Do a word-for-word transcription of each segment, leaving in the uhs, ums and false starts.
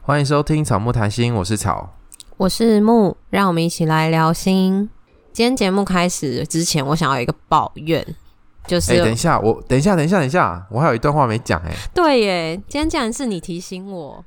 欢迎收听草木谈心，我是草， 我是木，让我们一起来聊心。今天节目开始之前，我想要有一个抱怨，就是、 欸、等一下，我等一下，等一下，等一下，我还有一段话没讲哎。 对耶，今天竟然是你提醒我。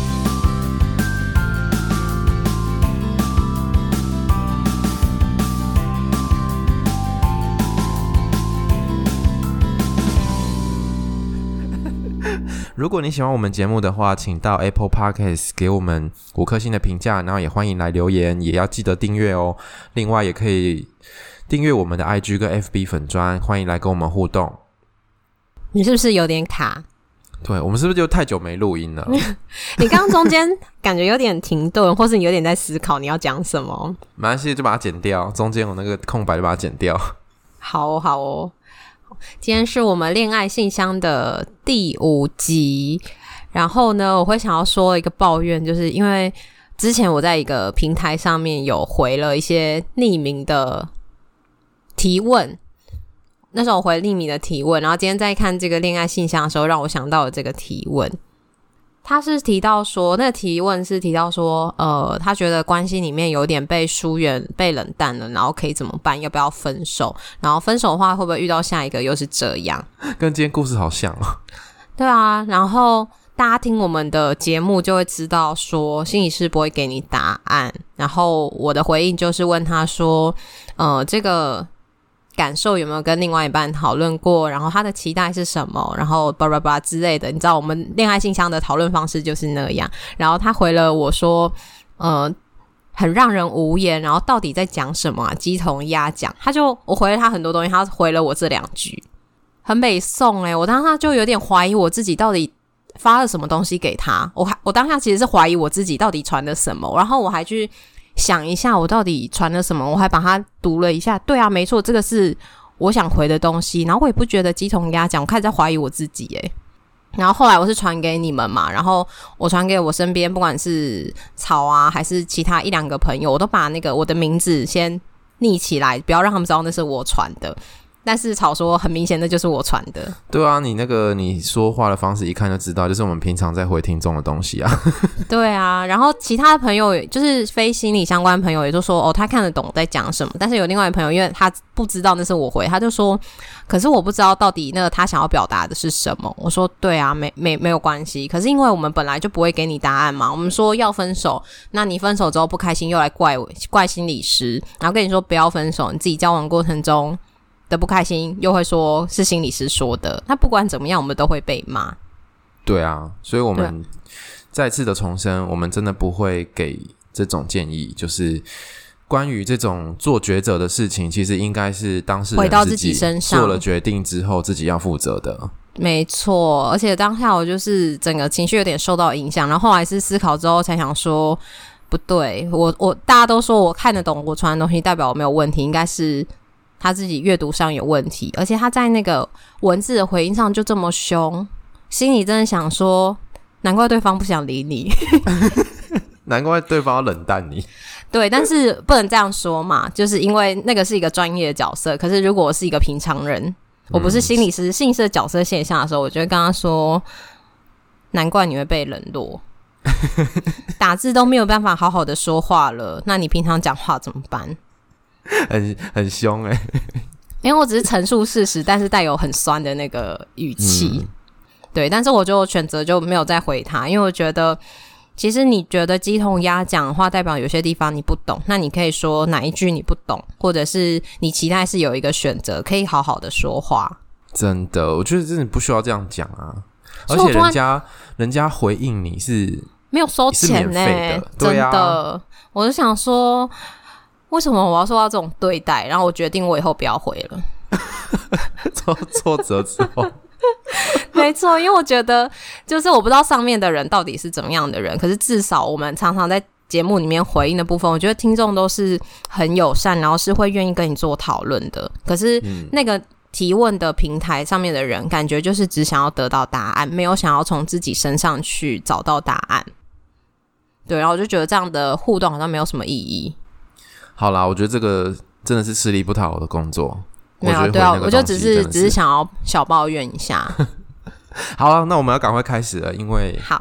如果你喜欢我们节目的话，请到 Apple Podcast 给我们五颗星的评价，然后也欢迎来留言，也要记得订阅哦。另外也可以订阅我们的 I G 跟 F B 粉专，欢迎来跟我们互动。 你是不是有点卡？ 对，我们是不是就太久没录音了？ 你刚刚中间感觉有点停顿，或是你有点在思考你要讲什么？ 没关系，就把它剪掉，中间有那个空白就把它剪掉。 好哦好哦，今天是我们恋爱信箱的第五集，然后呢我会想要说一个抱怨，就是因为之前我在一个平台上面有回了一些匿名的提问，那时候我回匿名的提问，然后今天在看这个恋爱信箱的时候让我想到了这个提问。他是提到说，那个提问是提到说呃，他觉得关系里面有点被疏远被冷淡了，然后可以怎么办，要不要分手，然后分手的话会不会遇到下一个又是这样。 跟今天故事好像哦。 对啊，然后大家听我们的节目就会知道说心理师不会给你答案，然后我的回应就是问他说呃，这个感受有没有跟另外一半讨论过，然后他的期待是什么，然后巴拉巴拉之类的。你知道我们恋爱信箱的讨论方式就是那样，然后他回了我说呃，很让人无言，然后到底在讲什么啊，鸡同鸭讲。他就我回了他很多东西，他回了我这两句很北宋欸，我当下就有点怀疑我自己到底发了什么东西给他，我还我当下其实是怀疑我自己到底传了什么，然后我还去想一下我到底传了什么，我还把它读了一下，对啊没错，这个是我想回的东西，然后我也不觉得鸡同鸭讲，我开始在怀疑我自己耶。然后后来我是传给你们嘛，然后我传给我身边不管是草啊还是其他一两个朋友，我都把那个我的名字先匿起来，不要让他们知道那是我传的，但是草说很明显那就是我传的。 对啊，你那个你说话的方式一看就知道，就是我们平常在回听众的东西啊。 对啊，然后其他的朋友就是非心理相关的朋友也都说哦，他看得懂在讲什么，但是有另外一个朋友因为他不知道那是我回，他就说可是我不知道到底那个他想要表达的是什么。我说对啊，没没没有关系，可是因为我们本来就不会给你答案嘛，我们说要分手，那你分手之后不开心又来怪我怪心理师，然后跟你说不要分手，你自己交往过程中的不开心又会说是心理师说的，那不管怎么样我们都会被骂。 对啊，所以我们再次的重申，我们真的不会给这种建议，就是关于这种做抉择的事情，其实应该是当事人回到自己身上做了决定之后自己要负责的。 没错，而且当下我就是整个情绪有点受到影响，然后后来是思考之后才想说不对，我我大家都说我看得懂我传的东西代表我没有问题，应该是他自己阅读上有问题，而且他在那个文字的回应上就这么凶，心里真的想说难怪对方不想理你。 难怪对方要冷淡你。 对，但是不能这样说嘛，就是因为那个是一个专业的角色，可是如果我是一个平常人，我不是心理师心理师的角色现象的时候，我就会跟他说难怪你会被冷落。打字都没有办法好好的说话了，那你平常讲话怎么办？ 很很凶欸。 因为我只是陈述事实，但是带有很酸的那个语气、嗯、对，但是我就选择就没有再回他，因为我觉得其实你觉得鸡同鸭讲的话代表有些地方你不懂，那你可以说哪一句你不懂，或者是你期待是有一个选择可以好好的说话。 真的，我觉得真的不需要这样讲啊，而且人家人家回应你是没有收钱呢、欸，真的、啊、我就想说为什么我要受到这种对待，然后我决定我以后不要回了。 挫挫折之后没错，因为我觉得就是我不知道上面的人到底是怎么样的人，可是至少我们常常在节目里面回应的部分，我觉得听众都是很友善，然后是会愿意跟你做讨论的，可是那个提问的平台上面的人感觉就是只想要得到答案，没有想要从自己身上去找到答案。对，然后我就觉得这样的互动好像没有什么意义。好啦，我觉得这个真的是吃力不讨好的工作。 没有，对啊，我就只是只是想要小抱怨一下。 好啊，那我们要赶快开始了，因为好，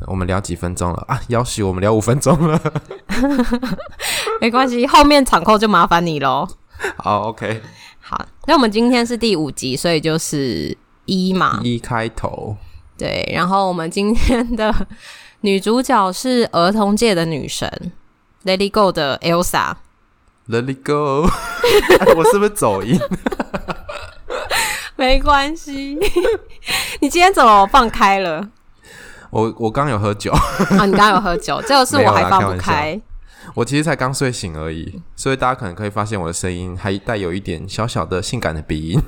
我们聊几分钟了啊？要许我们聊五分钟了， 没关系，后面场扣就麻烦你咯。 好 ，OK。 好，那我们今天是第五集，所以就是一嘛， 一开头。 对，然后我们今天的女主角是儿童界的女神 Let It Go 的 Elsa。Let It Go 我是不是走音？ 没关系。你今天怎么放开了？ 我我刚有喝酒。 啊，你刚刚有喝酒，这个是我还放不开。 我其实才刚睡醒而已，所以大家可能可以发现我的声音还带有一点小小的性感的鼻音。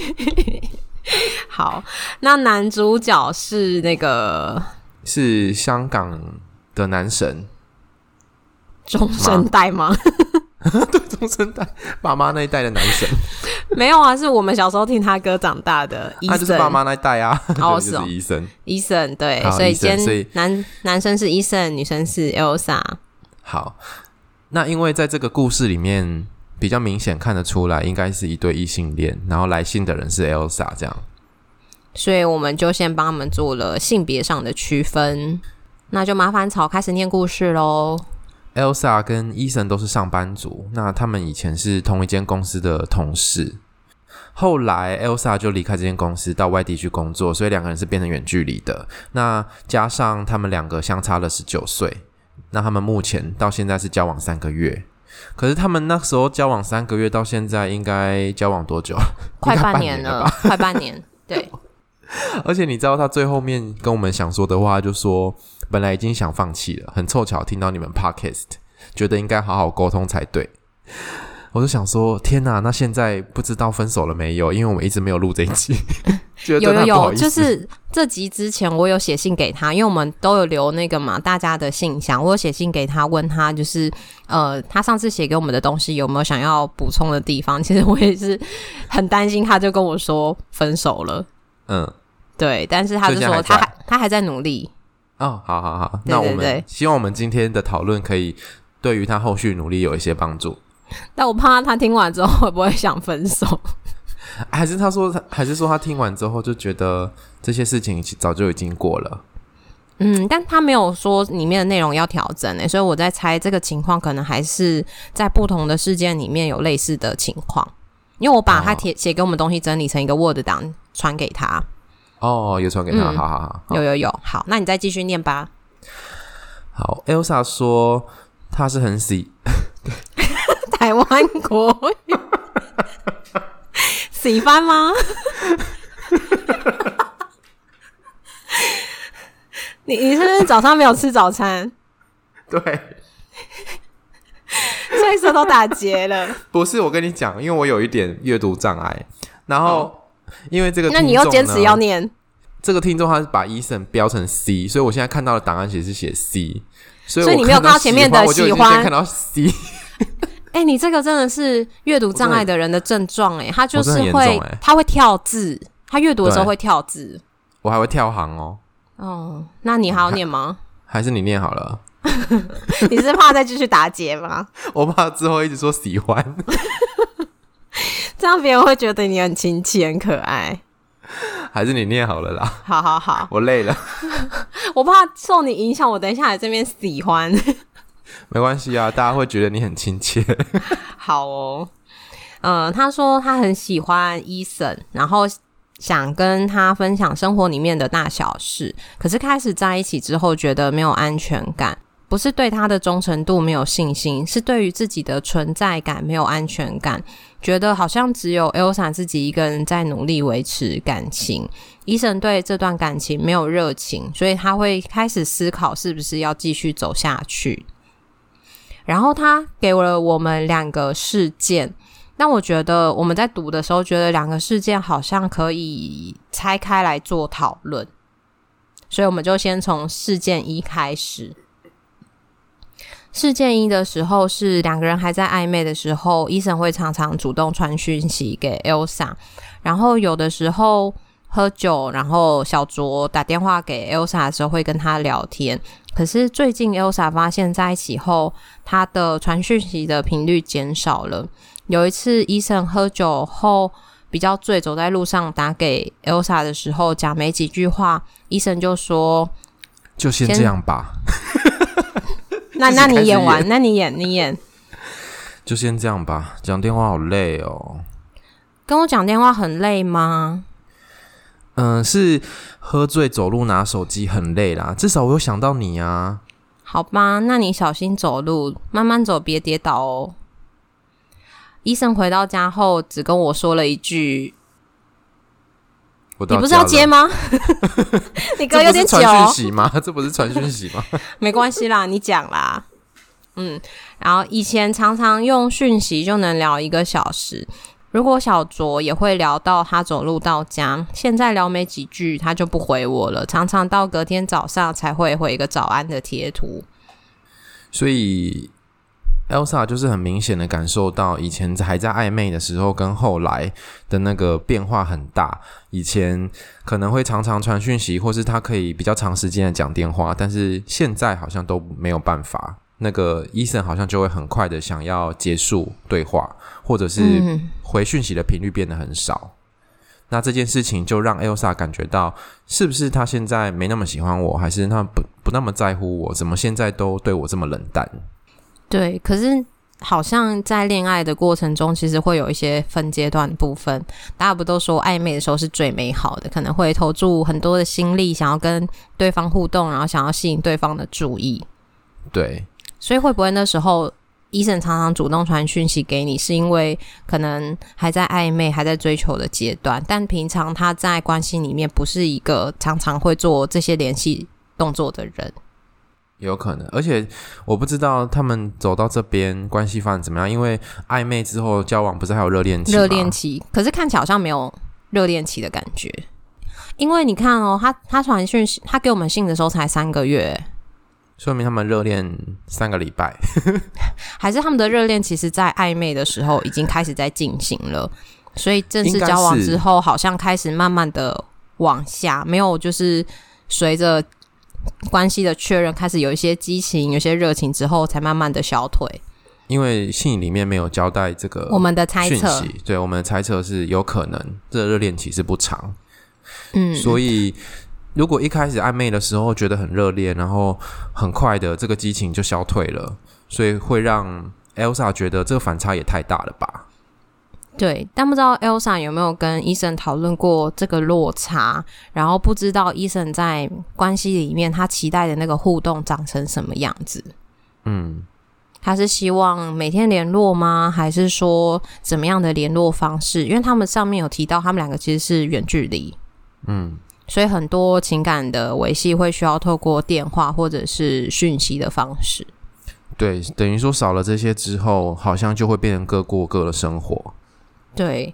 好，那男主角是那个是香港的男神中生代吗？ 对，中生代爸妈那一代的男神。 没有啊，是我们小时候听他歌长大的。 他、啊、就是爸妈那一代啊。 哦， 是哦，就是医生。 医生对，所以今天男男生是医生，女生是 Elsa。 好，那因为在这个故事里面比较明显看得出来，应该是一对异性恋，然后来信的人是 Elsa 这样。 所以我们就先帮他们做了性别上的区分，那就麻烦草开始念故事咯。 Elsa 跟 Ethan 都是上班族，那他们以前是同一间公司的同事，后来 Elsa 就离开这间公司到外地去工作，所以两个人是变成远距离的，那加上他们两个相差了十九岁，那他们目前到现在是交往三个月，可是他们那时候交往三个月到现在应该交往多久？ 快半年了，了快半年。对。 而且你知道他最后面跟我们想说的话，就说本来已经想放弃了，很凑巧听到你们 podcast， 觉得应该好好沟通才对。我就想说天哪，那现在不知道分手了没有，因为我们一直没有录这一集。觉得有有有，就是这集之前我有写信给他，因为我们都有留那个嘛大家的信箱，我有写信给他问他就是呃他上次写给我们的东西有没有想要补充的地方，其实我也是很担心，他就跟我说分手了。嗯，对，但是他就说他还他还在努力。 哦，好好好，那我们希望我们今天的讨论可以对于他后续努力有一些帮助。 但我怕他听完之后会不会想分手？ 还是他说，还是说他听完之后就觉得这些事情早就已经过了？ 嗯，但他没有说里面的内容要调整诶，所以我在猜这个情况可能还是在不同的事件里面有类似的情况。因为我把他写给我们东西整理成一个 Word 档传给他。 哦，有传给他、嗯、好好好， 有有有，好，那你再继续念吧。 好， Elsa 说他是很喜台湾国语喜欢吗？你你是不是早上没有吃早餐？ 对， 所以舌头打结了。 不是，我跟你讲，因为我有一点阅读障碍，然后、哦、因为这个听众呢， 那你又坚持要念这个听众，他是把医生标成 C， 所以我现在看到的档案其实是写 C， 所以我所以你没有看到前面的喜欢， 我就先看到 C。 哎、欸，你这个真的是阅读障碍的人的症状哎，他就是会， 欸、 他会跳字，他阅读的时候会跳字， 我还会跳行哦。 哦，那你还要念吗？ 还是你念好了？ 你是怕再继续打结吗？ 我怕之后一直说喜欢， 这样别人会觉得你很亲切、很可爱。 还是你念好了啦。 好好好， 我累了。 我怕受你影响，我等一下来这边喜欢。 没关系啊，大家会觉得你很亲切。 好哦，呃，他说他很喜欢伊森，然后想跟他分享生活里面的大小事，可是开始在一起之后觉得没有安全感，不是对他的忠诚度没有信心，是对于自己的存在感没有安全感，觉得好像只有 Elsa 自己一个人在努力维持感情，伊森对这段感情没有热情，所以他会开始思考是不是要继续走下去。然后他给了我们两个事件，那我觉得我们在读的时候觉得两个事件好像可以拆开来做讨论，所以我们就先从事件一开始。事件一的时候是两个人还在暧昧的时候，伊森会常常主动传讯息给 Elsa， 然后有的时候喝酒，然后小卓打电话给 Elsa 的时候会跟他聊天，可是最近 Elsa 发现在一起后他的传讯息的频率减少了。有一次伊森喝酒后比较醉，走在路上打给 Elsa 的时候讲没几句话，伊森就说就先这样吧。 那那你演完，那你演你演， 就先这样吧。讲电话好累哦。 跟我讲电话很累吗？ 嗯，是喝醉走路拿手机很累啦。至少我有想到你啊。 好吧，那你小心走路，慢慢走，别跌倒哦。医生回到家后，只跟我说了一句：“ 我到家了。” 你不是要接吗？你隔有点久。 这不是传讯息吗？这不是传讯息吗？ 没关系啦，你讲啦。嗯，然后以前常常用讯息就能聊一个小时。如果小卓也会聊到他走路到家，现在聊没几句他就不回我了，常常到隔天早上才会回一个早安的贴图。 所以 Elsa 就是很明显的感受到以前还在暧昧的时候跟后来的那个变化很大。以前可能会常常传讯息，或是他可以比较长时间的讲电话，但是现在好像都没有办法。那个医生好像就会很快的想要结束对话，或者是回讯息的频率变得很少。嗯、那这件事情就让 Elsa 感觉到，是不是他现在没那么喜欢我，还是他不不那么在乎我？怎么现在都对我这么冷淡？ 对，可是好像在恋爱的过程中，其实会有一些分阶段的部分。大家不都说暧昧的时候是最美好的，可能会投注很多的心力，想要跟对方互动，然后想要吸引对方的注意。 对。 所以会不会那时候医生常常主动传讯息给你，是因为可能还在暧昧还在追求的阶段，但平常他在关系里面不是一个常常会做这些联系动作的人？ 有可能，而且我不知道他们走到这边关系发展怎么样，因为暧昧之后交往不是还有热恋期吗？ 热恋期，可是看起来好像没有热恋期的感觉。因为你看哦，他他传讯息，他给我们信的时候才三个月， 说明他们热恋三个礼拜。 还是他们的热恋其实在暧昧的时候已经开始在进行了，所以正式交往之后好像开始慢慢的往下，没有就是随着关系的确认开始有一些激情有一些热情之后才慢慢的消退。 因为信里面没有交代这个我们的猜测， 对，我们的猜测是有可能这热恋期是不长。 嗯， 所以如果一开始暧昧的时候觉得很热烈，然后很快的这个激情就消退了，所以会让 Elsa 觉得这个反差也太大了吧。 对，但不知道 Elsa 有没有跟医生讨论过这个落差，然后不知道医生在关系里面他期待的那个互动长成什么样子。 嗯， 他是希望每天联络吗？还是说怎么样的联络方式？因为他们上面有提到他们两个其实是远距离， 嗯， 所以很多情感的维系会需要透过电话或者是讯息的方式。 对，等于说少了这些之后，好像就会变成各过各的生活。 对，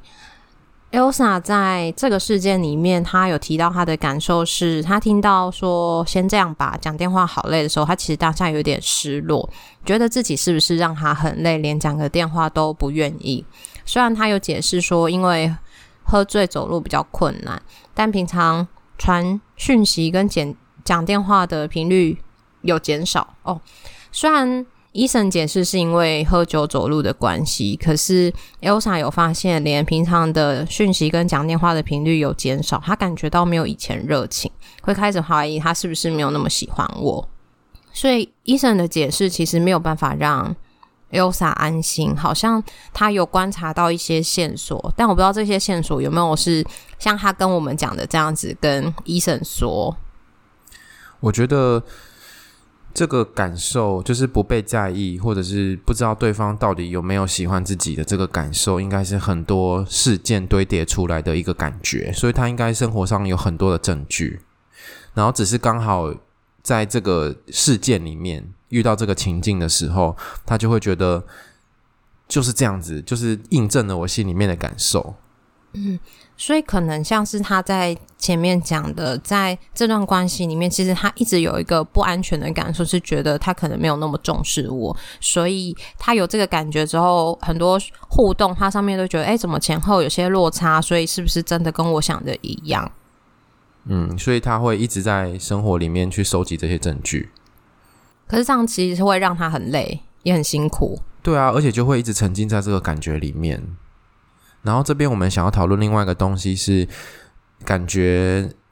Elsa 在这个事件里面，她有提到她的感受是，她听到说先这样吧，讲电话好累的时候，她其实当下有点失落，觉得自己是不是让她很累，连讲个电话都不愿意。虽然她有解释说因为喝醉走路比较困难，但平常传讯息跟讲电话的频率有减少哦。虽然医生解释是因为喝酒走路的关系，可是 Elsa 有发现连平常的讯息跟讲电话的频率有减少，她感觉到没有以前热情，会开始怀疑他是不是没有那么喜欢我。所以医生的解释其实没有办法让 Elsa 安心，好像他有观察到一些线索，但我不知道这些线索有没有是像他跟我们讲的这样子跟医生说。 我觉得这个感受就是不被在意，或者是不知道对方到底有没有喜欢自己的这个感受，应该是很多事件堆叠出来的一个感觉，所以他应该生活上有很多的证据，然后只是刚好在这个事件里面遇到这个情境的时候，他就会觉得就是这样子，就是印证了我心里面的感受。 嗯，所以可能像是他在前面讲的，在这段关系里面，其实他一直有一个不安全的感受，是觉得他可能没有那么重视我，所以他有这个感觉之后，很多互动他上面都觉得，哎，怎么前后有些落差，所以是不是真的跟我想的一样？ 嗯，所以他会一直在生活里面去收集这些证据。 可是这样其实会让他很累，也很辛苦。 对啊，而且就会一直沉浸在这个感觉里面。然后这边我们想要讨论另外一个东西是，感觉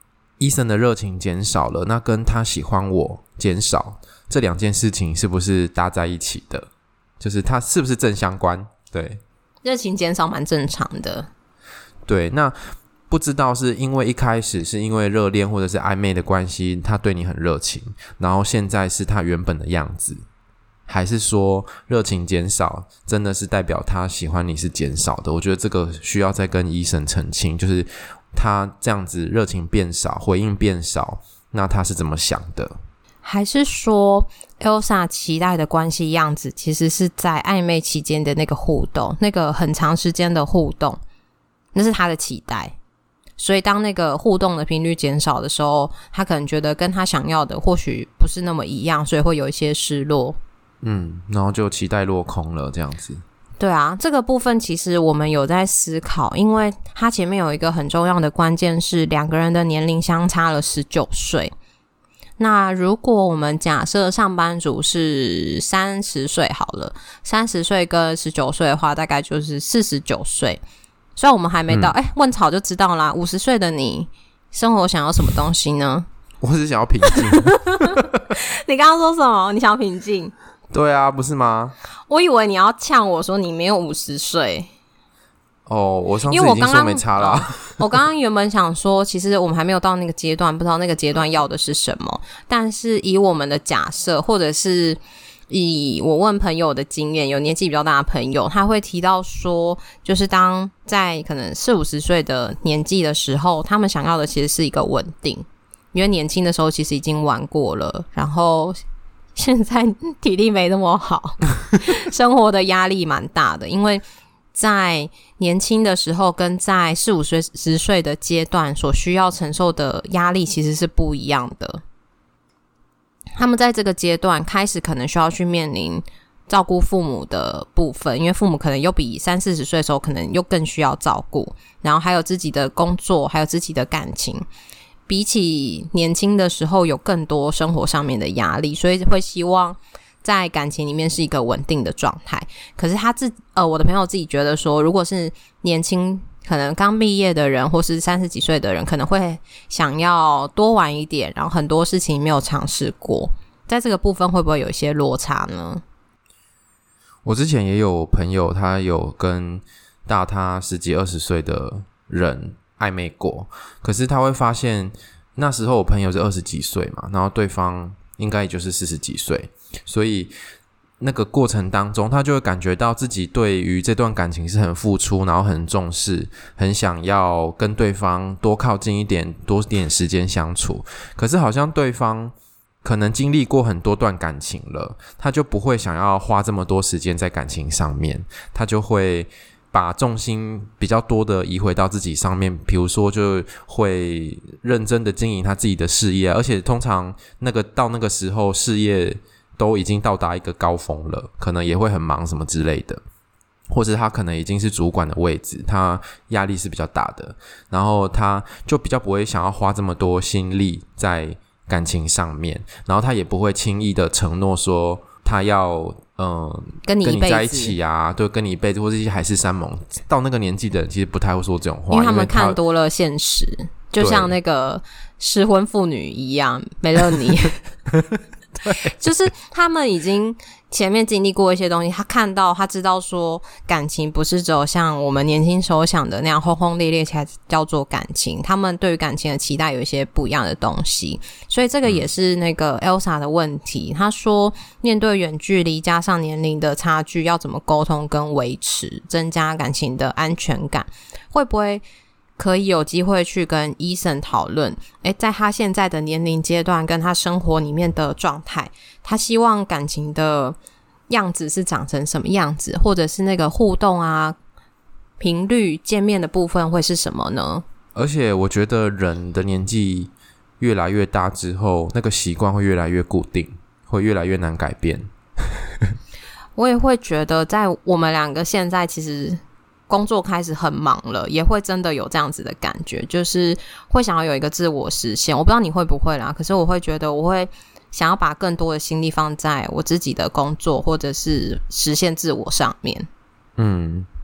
医生的热情减少了，那跟他喜欢我减少，这两件事情是不是搭在一起的？就是它是不是正相关？对， 热情减少蛮正常的。 对，那不知道是因为一开始是因为热恋或者是暧昧的关系，他对你很热情，然后现在是他原本的样子，还是说热情减少真的是代表他喜欢你是减少的？我觉得这个需要再跟医生澄清，就是他这样子热情变少，回应变少，那他是怎么想的？ 还是说 Elsa 期待的关系样子其实是在暧昧期间的那个互动，那个很长时间的互动，那是他的期待，所以当那个互动的频率减少的时候，他可能觉得跟他想要的或许不是那么一样，所以会有一些失落。 嗯，然后就期待落空了这样子。 对啊，这个部分其实我们有在思考，因为他前面有一个很重要的关键是两个人的年龄相差了十九岁。那如果我们假设上班族是三十岁好了，三十岁跟十九岁的话大概就是四十九岁。虽然我们还没到，哎、嗯欸，问草就知道啦。五十岁的你，生活想要什么东西呢？ 我是想要平静。 你刚刚说什么？你想要平静？ 对啊，不是吗？ 我以为你要呛我说你没有五十岁。 哦，我上次已经说没差啦。 我刚刚原本想说，其实我们还没有到那个阶段，不知道那个阶段要的是什么。但是以我们的假设，或者是以我问朋友的经验，有年纪比较大的朋友，他会提到说，就是当在可能四五十岁的年纪的时候，他们想要的其实是一个稳定，因为年轻的时候其实已经玩过了，然后现在体力没那么好，生活的压力蛮大的，因为在年轻的时候跟在四五十岁的阶段所需要承受的压力其实是不一样的。他们在这个阶段开始可能需要去面临照顾父母的部分，因为父母可能又比三四十岁的时候可能又更需要照顾，然后还有自己的工作，还有自己的感情，比起年轻的时候有更多生活上面的压力，所以会希望在感情里面是一个稳定的状态。可是他自呃，我的朋友自己觉得说，如果是年轻可能刚毕业的人，或是三十几岁的人，可能会想要多玩一点，然后很多事情没有尝试过，在这个部分会不会有一些落差呢？ 我之前也有朋友，他有跟大他十几二十岁的人暧昧过，可是他会发现那时候我朋友是二十几岁嘛，然后对方应该也就是四十几岁，所以那个过程当中他就会感觉到自己对于这段感情是很付出，然后很重视，很想要跟对方多靠近一点，多点时间相处，可是好像对方可能经历过很多段感情了，他就不会想要花这么多时间在感情上面，他就会把重心比较多的移回到自己上面，比如说就会认真的经营他自己的事业，而且通常那个到那个时候事业都已经到达一个高峰了，可能也会很忙什么之类的，或者他可能已经是主管的位置，他压力是比较大的，然后他就比较不会想要花这么多心力在感情上面，然后他也不会轻易的承诺说他要嗯跟你一辈子跟你在一起啊，对，跟你一辈子，或者一些海誓山盟。到那个年纪的人其实不太会说这种话， 因为他们看多了现实，就像那个失婚妇女一样，梅勒尼。对，就是他们已经前面经历过一些东西，他看到他知道说感情不是只有像我们年轻时候想的那样轰轰烈烈才叫做感情，他们对于感情的期待有一些不一样的东西，所以这个也是那个 Elsa 的问题。他说面对远距离加上年龄的差距，要怎么沟通跟维持，增加感情的安全感，会不会可以有机会去跟医生讨论，诶，在他现在的年龄阶段跟他生活里面的状态，他希望感情的样子是长成什么样子，或者是那个互动啊频率见面的部分会是什么呢？ 而且我觉得人的年纪越来越大之后，那个习惯会越来越固定，会越来越难改变。 我也会觉得在我们两个现在其实工作开始很忙了，也会真的有这样子的感觉，就是会想要有一个自我实现。我不知道你会不会啦，可是我会觉得我会想要把更多的心力放在我自己的工作或者是实现自我上面。 嗯，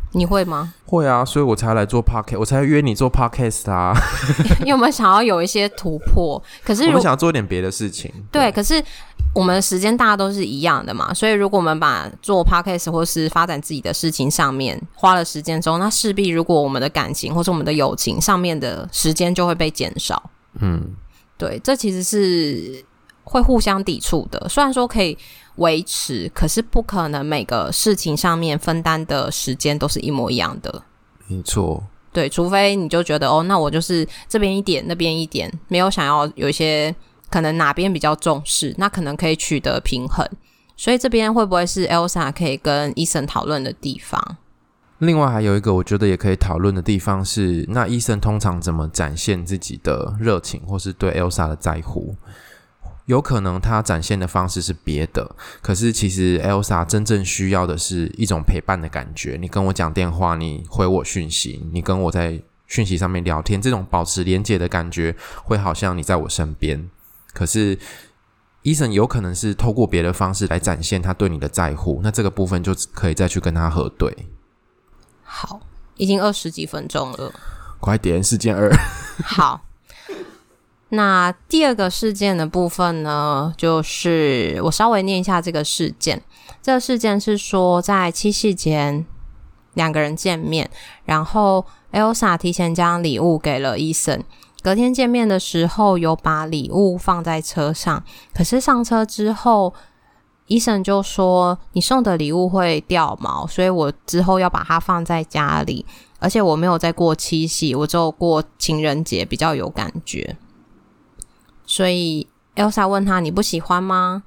你会吗？ 会啊，所以我才来做 podcast， 我才约你做 podcast 啊。 你有没有想要有一些突破？可是我们想要做点别的事情。 对， 对， 可是我们的时间大家都是一样的嘛，所以如果我们把做 podcast 或是发展自己的事情上面花了时间之后，那势必如果我们的感情或是我们的友情上面的时间就会被减少。 嗯， 对，这其实是会互相抵触的。虽然说可以维持，可是不可能每个事情上面分担的时间都是一模一样的。 没错。 对，除非你就觉得哦，那我就是这边一点那边一点，没有想要有一些可能哪边比较重视，那可能可以取得平衡。所以这边会不会是 Elsa 可以跟 Eason 讨论的地方？ 另外还有一个我觉得也可以讨论的地方是，那医生通常怎么展现自己的热情或是对 Elsa 的在乎？有可能他展现的方式是别的，可是其实 Elsa 真正需要的是一种陪伴的感觉。你跟我讲电话，你回我讯息，你跟我在讯息上面聊天，这种保持连结的感觉会好像你在我身边。可是Eason有可能是透过别的方式来展现他对你的在乎，那这个部分就可以再去跟他核对。 好，已经二十几分钟了， 快点，事件二。 好，那第二个事件的部分呢，就是我稍微念一下这个事件。这个事件是说，在七夕前两个人见面，然后 Elsa 提前将礼物给了 Eason， 隔天见面的时候有把礼物放在车上，可是上车之后Eason 就说你送的礼物会掉毛，所以我之后要把它放在家里，而且我没有再过七夕，我只有过情人节比较有感觉。所以 Elsa 问他你不喜欢吗？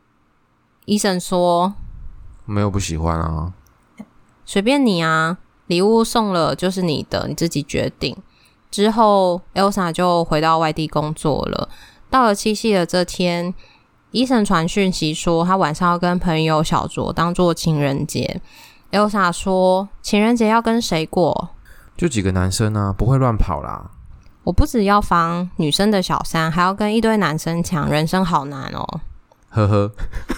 Eason 说没有不喜欢啊， 随便你啊，礼物送了就是你的，你自己决定。之后 Elsa 就回到外地工作了。到了七夕的这天Eason 传讯息说他晚上要跟朋友小酌当做情人节。 Elsa 说情人节要跟谁过？ 就几个男生啊，不会乱跑啦。 我不只要防女生的小三，还要跟一堆男生抢，人生好难哦。 呵呵。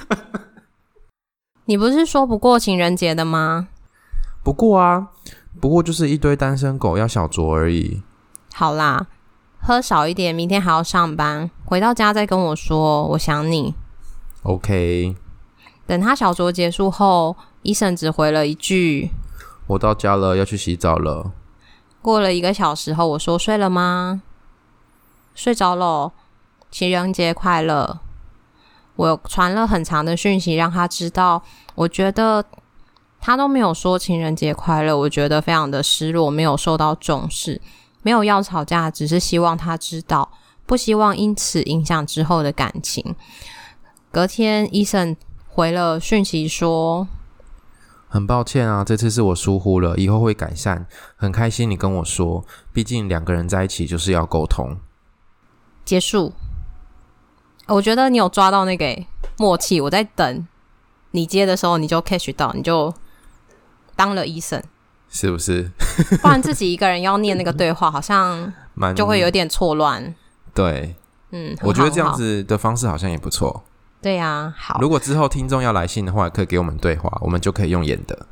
你不是说不过情人节的吗？ 不过啊，不过就是一堆单身狗要小酌而已。 好啦，喝少一点，明天还要上班，回到家再跟我说我想你。 OK。 等他小酌结束后Eason只回了一句我到家了，要去洗澡了。 过了一个小时后我说睡了吗？睡着了，情人节快乐。我有传了很长的讯息让他知道，我觉得他都没有说情人节快乐，我觉得非常的失落，没有受到重视，没有要吵架，只是希望他知道，不希望因此影响之后的感情。隔天 Eason 回了讯息说很抱歉啊，这次是我疏忽了，以后会改善。很开心你跟我说，毕竟两个人在一起就是要沟通。 结束。我觉得你有抓到那个默契，我在等你接的时候你就 catch 到，你就当了 Eason， 是不是？ 不然自己一个人要念那个对话好像就会有点错乱。 对， 嗯， 我觉得这样子的方式好像也不错。 对啊，好。 如果之后听众要来信的话，可以给我们对话，我们就可以用演的。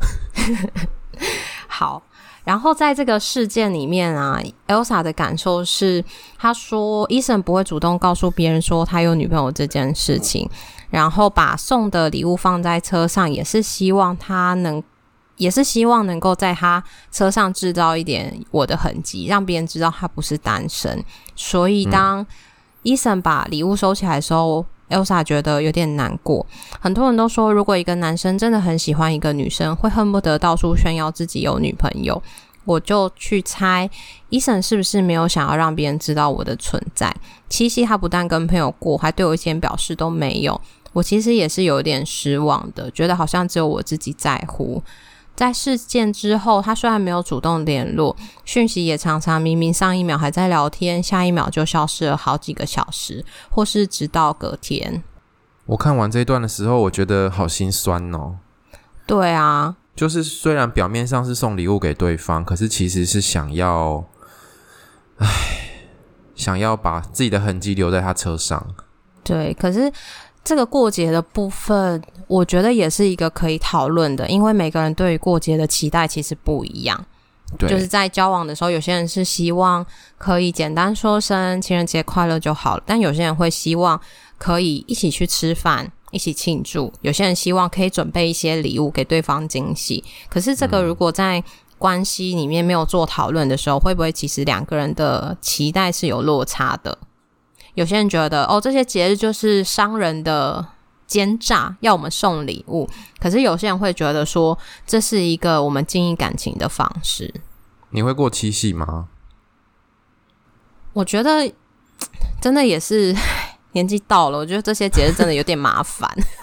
好，然后在这个事件里面啊 Elsa 的感受是，他说 Eason 不会主动告诉别人说他有女朋友这件事情，然后把送的礼物放在车上也是希望他能也是希望能够在他车上制造一点我的痕迹，让别人知道他不是单身。所以当 Eason 把礼物收起来的时候Elsa 觉得有点难过。很多人都说，如果一个男生真的很喜欢一个女生，会恨不得到处炫耀自己有女朋友。我就去猜 Eason 是不是没有想要让别人知道我的存在。七夕他不但跟朋友过，还对我一点表示都没有。我其实也是有点失望的，觉得好像只有我自己在乎。在事件之后，他虽然没有主动联络，讯息也常常明明上一秒还在聊天，下一秒就消失了好几个小时，或是直到隔天。 我看完这一段的时候，我觉得好心酸哦。 对啊， 就是虽然表面上是送礼物给对方，可是其实是想要，唉，想要把自己的痕迹留在他车上。 对，可是这个过节的部分， 我觉得也是一个可以讨论的，因为每个人对于过节的期待其实不一样。 对， 就是在交往的时候，有些人是希望可以简单说声情人节快乐就好了，但有些人会希望可以一起去吃饭，一起庆祝，有些人希望可以准备一些礼物给对方惊喜。可是这个如果在关系里面没有做讨论的时候，会不会其实两个人的期待是有落差的？有些人觉得哦，这些节日就是商人的奸诈，要我们送礼物，可是有些人会觉得说这是一个我们经营感情的方式。 你会过七夕吗？ 我觉得真的也是年纪到了，我觉得这些节日真的有点麻烦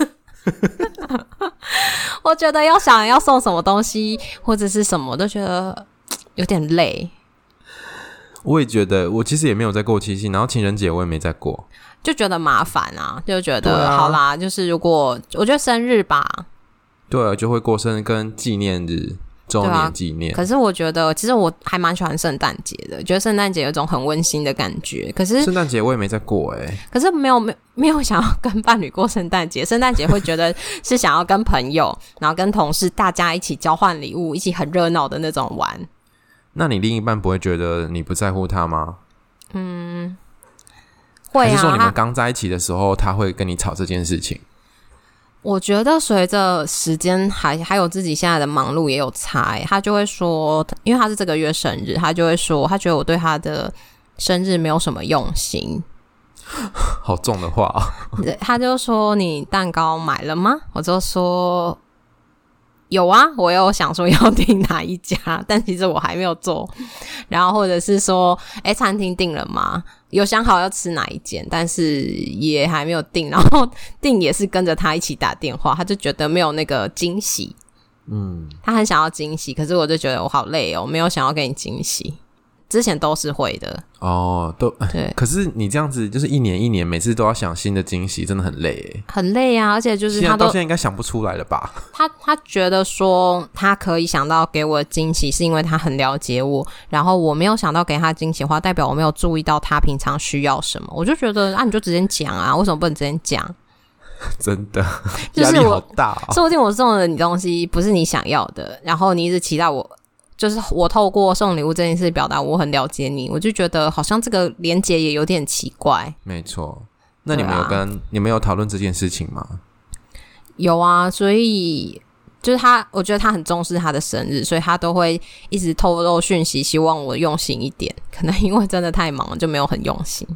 我觉得要想要送什么东西或者是什么都觉得有点累。 我也觉得，我其实也没有在过七夕，然后情人节我也没在过， 就觉得麻烦啊，就觉得、啊、好啦，就是如果我觉得生日吧， 对啊，就会过生日跟纪念日、周年纪念、啊。 可是我觉得，其实我还蛮喜欢圣诞节的，觉得圣诞节有一种很温馨的感觉。可是圣诞节我也没在过哎、欸， 可是没有没没有想要跟伴侣过圣诞节，圣诞节会觉得是想要跟朋友，然后跟同事大家一起交换礼物，一起很热闹的那种玩。 那你另一半不会觉得你不在乎他吗？ 嗯，会啊。 还是说你们刚在一起的时候，他会跟你吵这件事情？ 我觉得随着时间还还有自己现在的忙碌也有差、欸、他就会说，因为他是这个月生日，他就会说他觉得我对他的生日没有什么用心。 好重的话、啊、 他就说你蛋糕买了吗？我就说有啊，我有想说要订哪一家，但其实我还没有做。然后或者是说诶餐厅订了吗？有想好要吃哪一间，但是也还没有订。然后订也是跟着他一起打电话，他就觉得没有那个惊喜。嗯，他很想要惊喜，可是我就觉得我好累哦，没有想要给你惊喜。之前都是会的哦，都对。 可是你这样子就是一年一年，每次都要想新的惊喜，真的很累耶， 很累啊！而且就是他都到现在应该想不出来了吧？ 他他觉得说他可以想到给我的惊喜，是因为他很了解我，然后我没有想到给他惊喜的话，代表我没有注意到他平常需要什么。我就觉得啊，你就直接讲啊，为什么不能直接讲？ 真的， 就是压力好大哦。 说不定我送了你东西不是你想要的，然后你一直期待我。就是我透过送礼物这件事表达我很了解你，我就觉得好像这个连结也有点奇怪。 没错，那你们有跟、啊、你们有讨论这件事情吗？ 有啊，所以就是他，我觉得他很重视他的生日，所以他都会一直透露讯息，希望我用心一点。可能因为真的太忙了，就没有很用心。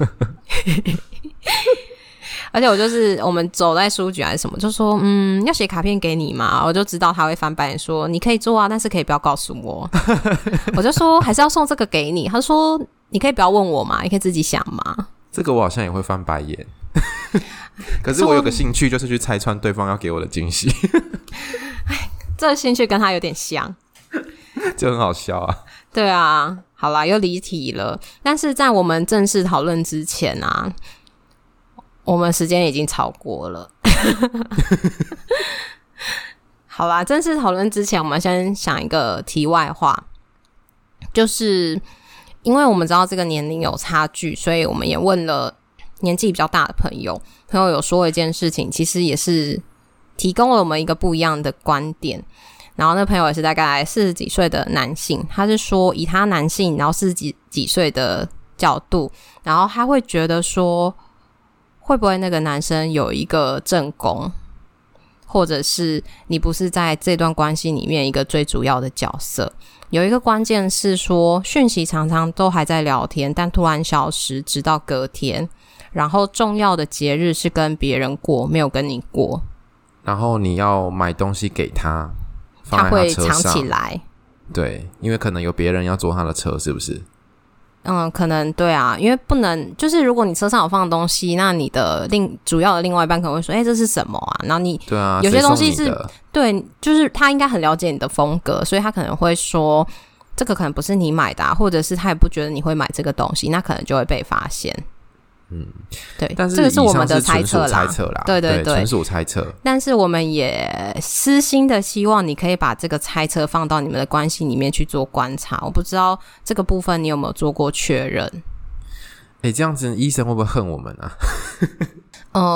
而且我就是我们走在书局还是什么，就说嗯要写卡片给你嘛，我就知道他会翻白眼说你可以做啊，但是可以不要告诉我。我就说还是要送这个给你，他说你可以不要问我嘛，你可以自己想嘛。 这个我好像也会翻白眼。可是我有个兴趣就是去拆穿对方要给我的惊喜。 这个兴趣跟他有点像， 就很好笑啊。 对啊，好啦，又离题了。但是在我们正式讨论之前啊，我们时间已经超过了。好啦，正式讨论之前，我们先想一个题外话，就是因为我们知道这个年龄有差距，所以我们也问了年纪比较大的朋友，朋友有说一件事情，其实也是提供了我们一个不一样的观点。然后那朋友也是大概四十几岁的男性，他是说以他男性然后四十几几岁的角度，然后他会觉得说会不会那个男生有一个正宫，或者是你不是在这段关系里面一个最主要的角色。有一个关键是说讯息常常都还在聊天，但突然消失直到隔天，然后重要的节日是跟别人过，没有跟你过， 然后你要买东西给他，放他会在他车上， 藏起来。 对，因为可能有别人要坐他的车，是不是？ 嗯，可能对啊，因为不能就是如果你车上有放东西，那你的另主要的另外一半可能会说，哎、欸，这是什么啊？然后你对啊， 有些东西是对，就是他应该很了解你的风格，所以他可能会说这个可能不是你买的、啊，或者是他也不觉得你会买这个东西，那可能就会被发现。嗯，对， 但是这个是我们的猜测啦， 猜测啦， 对对对， 纯属猜测。 但是我们也私心的希望你可以把这个猜测放到你们的关系里面去做观察。我不知道这个部分你有没有做过确认？ 哎、欸，这样子医生会不会恨我们啊？ 呃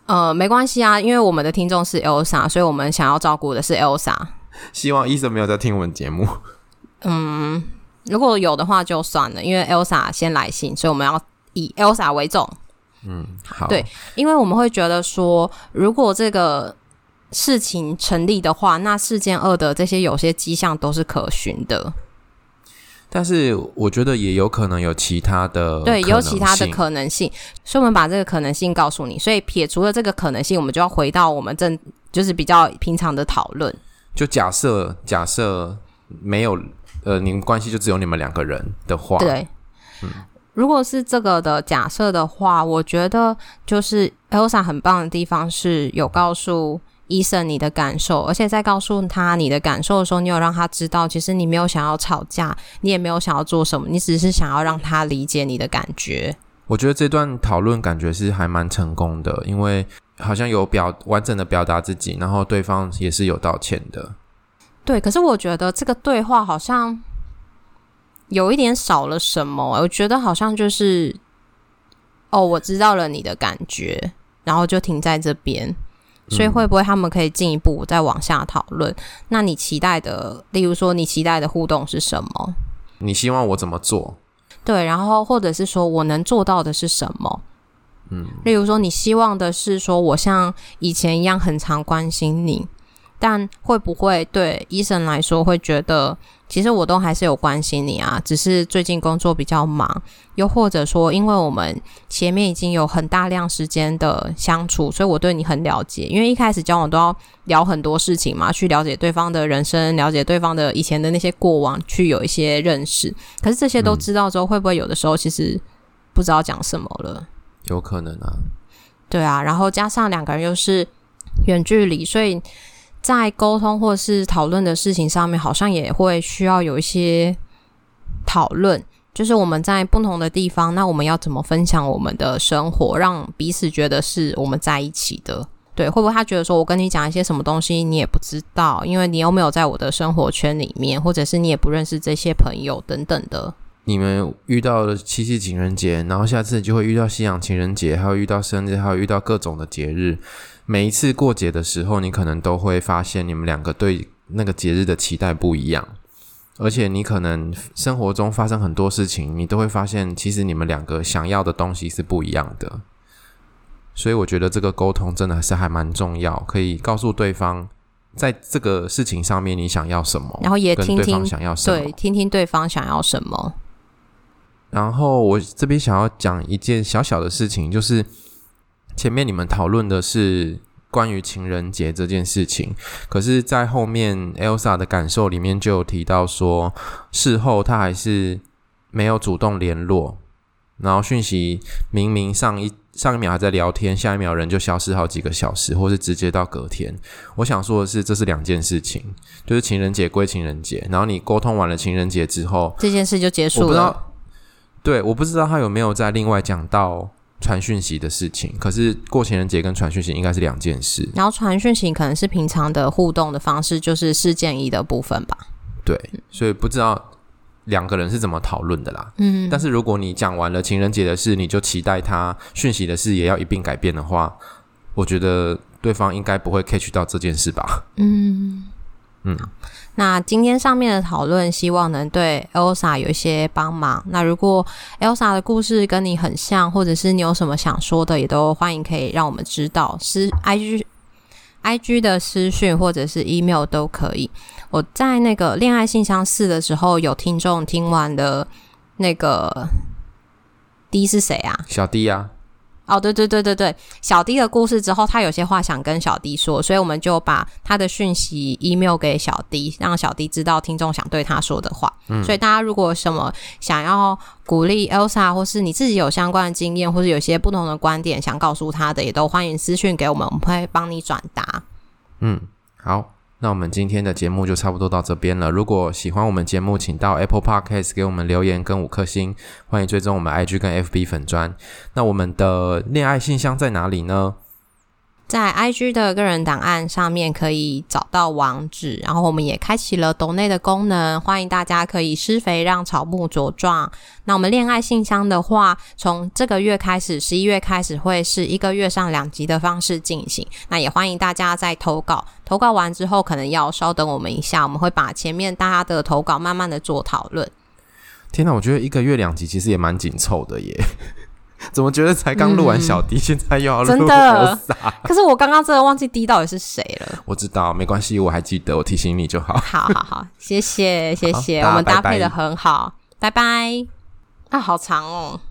呃，没关系啊，因为我们的听众是 Elsa， 所以我们想要照顾的是 Elsa。 希望医生没有在听我们节目。 嗯，如果有的话就算了，因为 Elsa 先来信，所以我们要以 Elsa 为重。 嗯，好。 对，因为我们会觉得说，如果这个事情成立的话，那事件二的这些有些迹象都是可循的。 但是我觉得也有可能有其他的， 对，有其他的可能性，所以我们把这个可能性告诉你。所以撇除了这个可能性，我们就要回到我们正就是比较平常的讨论。 就假设假设没有呃，你们关系就只有你们两个人的话， 对， 嗯， 如果是这个的假设的话，我觉得就是 Elsa 很棒的地方是有告诉医生你的感受，而且在告诉他你的感受的时候，你有让他知道其实你没有想要吵架，你也没有想要做什么，你只是想要让他理解你的感觉。 我觉得这段讨论感觉是还蛮成功的，因为好像有表完整的表达自己，然后对方也是有道歉的。 对，可是我觉得这个对话好像有一点少了什么，我觉得好像就是哦，我知道了你的感觉，然后就停在这边。所以会不会他们可以进一步再往下讨论、嗯、那你期待的，例如说你期待的互动是什么？ 你希望我怎么做？ 对，然后或者是说我能做到的是什么？嗯，例如说你希望的是说我像以前一样很常关心你，但会不会对医生来说会觉得其实我都还是有关心你啊，只是最近工作比较忙，又或者说因为我们前面已经有很大量时间的相处，所以我对你很了解，因为一开始交往都要聊很多事情嘛，去了解对方的人生，了解对方的以前的那些过往，去有一些认识，可是这些都知道之后、嗯、会不会有的时候其实不知道讲什么了？ 有可能啊。 对啊，然后加上两个人又是远距离，所以在沟通或是讨论的事情上面好像也会需要有一些讨论，就是我们在不同的地方，那我们要怎么分享我们的生活，让彼此觉得是我们在一起的。对，会不会他觉得说我跟你讲一些什么东西你也不知道，因为你又没有在我的生活圈里面，或者是你也不认识这些朋友等等的。 你们遇到了七夕情人节，然后下次就会遇到西洋情人节，还有遇到生日，还有遇到各种的节日。每一次过节的时候，你可能都会发现你们两个对那个节日的期待不一样，而且你可能生活中发生很多事情，你都会发现其实你们两个想要的东西是不一样的。所以我觉得这个沟通真的是还蛮重要，可以告诉对方在这个事情上面你想要什么， 然后也听听跟对方想要什么， 对，听听对方想要什么。 然后我这边想要讲一件小小的事情，就是前面你们讨论的是关于情人节这件事情，可是在后面 Elsa 的感受里面就有提到说，事后她还是没有主动联络，然后讯息明明上一上一秒还在聊天，下一秒人就消失好几个小时，或是直接到隔天。我想说的是，这是两件事情，就是情人节归情人节，然后你沟通完了情人节之后， 这件事就结束了。 我不知道，对，我不知道他有没有在另外讲到传讯息的事情，可是过情人节跟传讯息应该是两件事。 然后传讯息可能是平常的互动的方式，就是事件一的部分吧。 对，所以不知道两个人是怎么讨论的啦。 嗯， 但是如果你讲完了情人节的事，你就期待他讯息的事也要一并改变的话，我觉得对方应该不会 catch 到这件事吧。 嗯嗯， 那今天上面的讨论希望能对 Elsa 有一些帮忙。那如果 Elsa 的故事跟你很像，或者是你有什么想说的，也都欢迎可以让我们知道，是 IG IG 的私讯或者是 email 都可以。我在那个恋爱信箱四的时候，有听众听完的那个 D 是谁啊？ 小 D 啊。 哦，对对对对对，小 D 的故事之后，他有些话想跟小 D 说，所以我们就把他的讯息 email 给小 D， 让小 D 知道听众想对他说的话。嗯，所以大家如果有什么想要鼓励 Elsa， 或是你自己有相关的经验，或是有些不同的观点想告诉他的，也都欢迎私讯给我们，我们会帮你转达。 嗯，好。那我们今天的节目就差不多到这边了。如果喜欢我们节目，请到 Apple Podcast 给我们留言跟五颗星，欢迎追踪我们 I G 跟 F B 粉专。那我们的恋爱信箱在哪里呢？ 在 I G 的个人档案上面可以找到网址，然后我们也开启了抖内的功能，欢迎大家可以施肥让草木茁壮。那我们恋爱信箱的话，从这个月开始十一月开始会是一个月上两集的方式进行，那也欢迎大家在投稿，投稿完之后可能要稍等我们一下，我们会把前面大家的投稿慢慢的做讨论。 天哪，我觉得一个月两集其实也蛮紧凑的耶怎么觉得才刚录完小弟、嗯、现在又要录真的可是我刚刚真的忘记弟到底是谁了。 我知道没关系，我还记得，我提醒你就好。 好好好，谢谢谢谢，我们搭配的很好，拜拜。啊好长哦。